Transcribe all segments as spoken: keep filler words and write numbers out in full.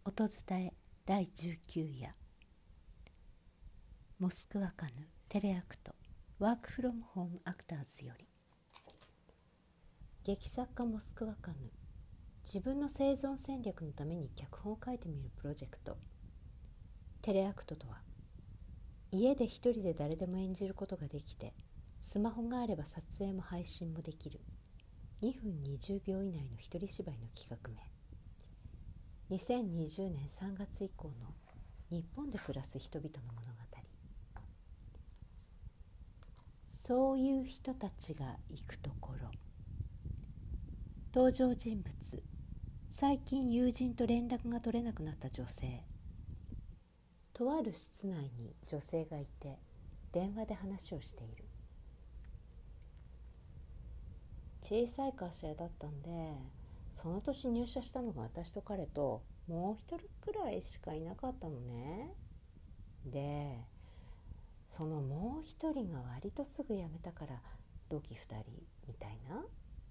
音伝えだいじゅうきゅう夜モスクワカヌテレアクトワークフロムホームアクターズより、劇作家モスクワカヌ、自分の生存戦略のために脚本を書いてみるプロジェクト。テレアクトとは、家で一人で誰でも演じることができて、スマホがあれば撮影も配信もできるにふんにじゅうびょう以内の一人芝居の企画名。にせんにじゅうねんさんがつ以降の日本で暮らす人々の物語。そういう人たちが行くところ。登場人物、最近友人と連絡が取れなくなった女性。とある室内に女性がいて電話で話をしている。小さい会社だったんで、その年入社したのが私と彼ともう一人くらいしかいなかったのね。で、そのもう一人が割とすぐ辞めたから同期二人みたいな。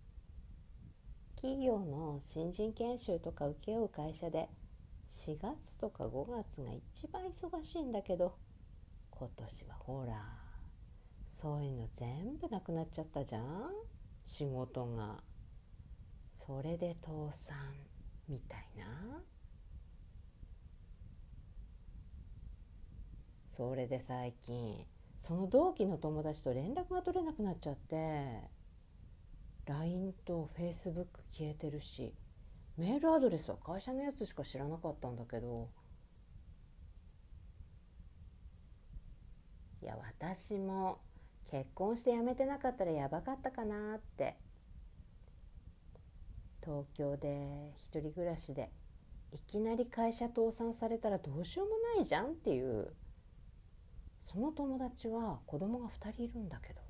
企業の新人研修とか請け負う会社でしがつとかごがつが一番忙しいんだけど、今年はほらそういうの全部なくなっちゃったじゃん、仕事が。それで倒産みたいな。それで最近その同期の友達と連絡が取れなくなっちゃって、 ライン と フェイスブック 消えてるし、メールアドレスは会社のやつしか知らなかったんだけど、いや私も結婚して辞めてなかったらやばかったかなって。東京で一人暮らしでいきなり会社倒産されたらどうしようもないじゃんっていう。その友達は子供がふたりいるんだけど、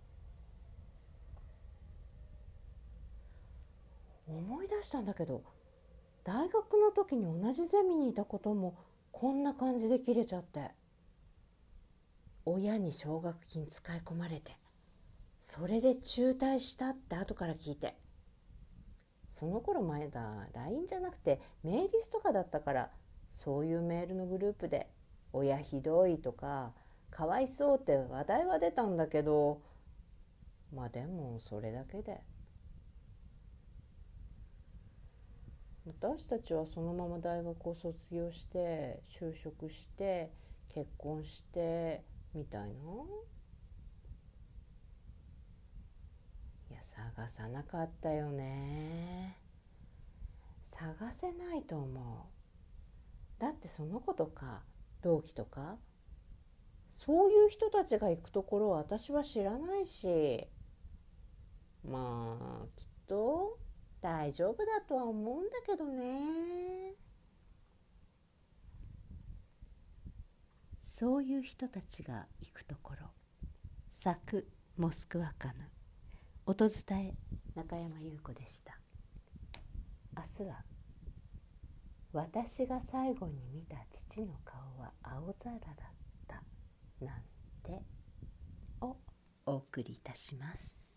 思い出したんだけど、大学の時に同じゼミにいたこともこんな感じで切れちゃって、親に奨学金使い込まれて、それで中退したって後から聞いて。その頃前だ ライン じゃなくてメールリストとかだったから、そういうメールのグループで親ひどいとかかわいそうって話題は出たんだけど、まあでもそれだけで。私たちはそのまま大学を卒業して就職して結婚してみたいな。いや探さなかったよね。探せないと思う。だってその子とか同期とかそういう人たちが行くところを私は知らないし、まあきっと大丈夫だとは思うんだけどね。そういう人たちが行くところ。作モスクワカヌ、音伝え中山優子でした。明日は私が最後に見た父の顔は青空だったなんてをお送りいたします。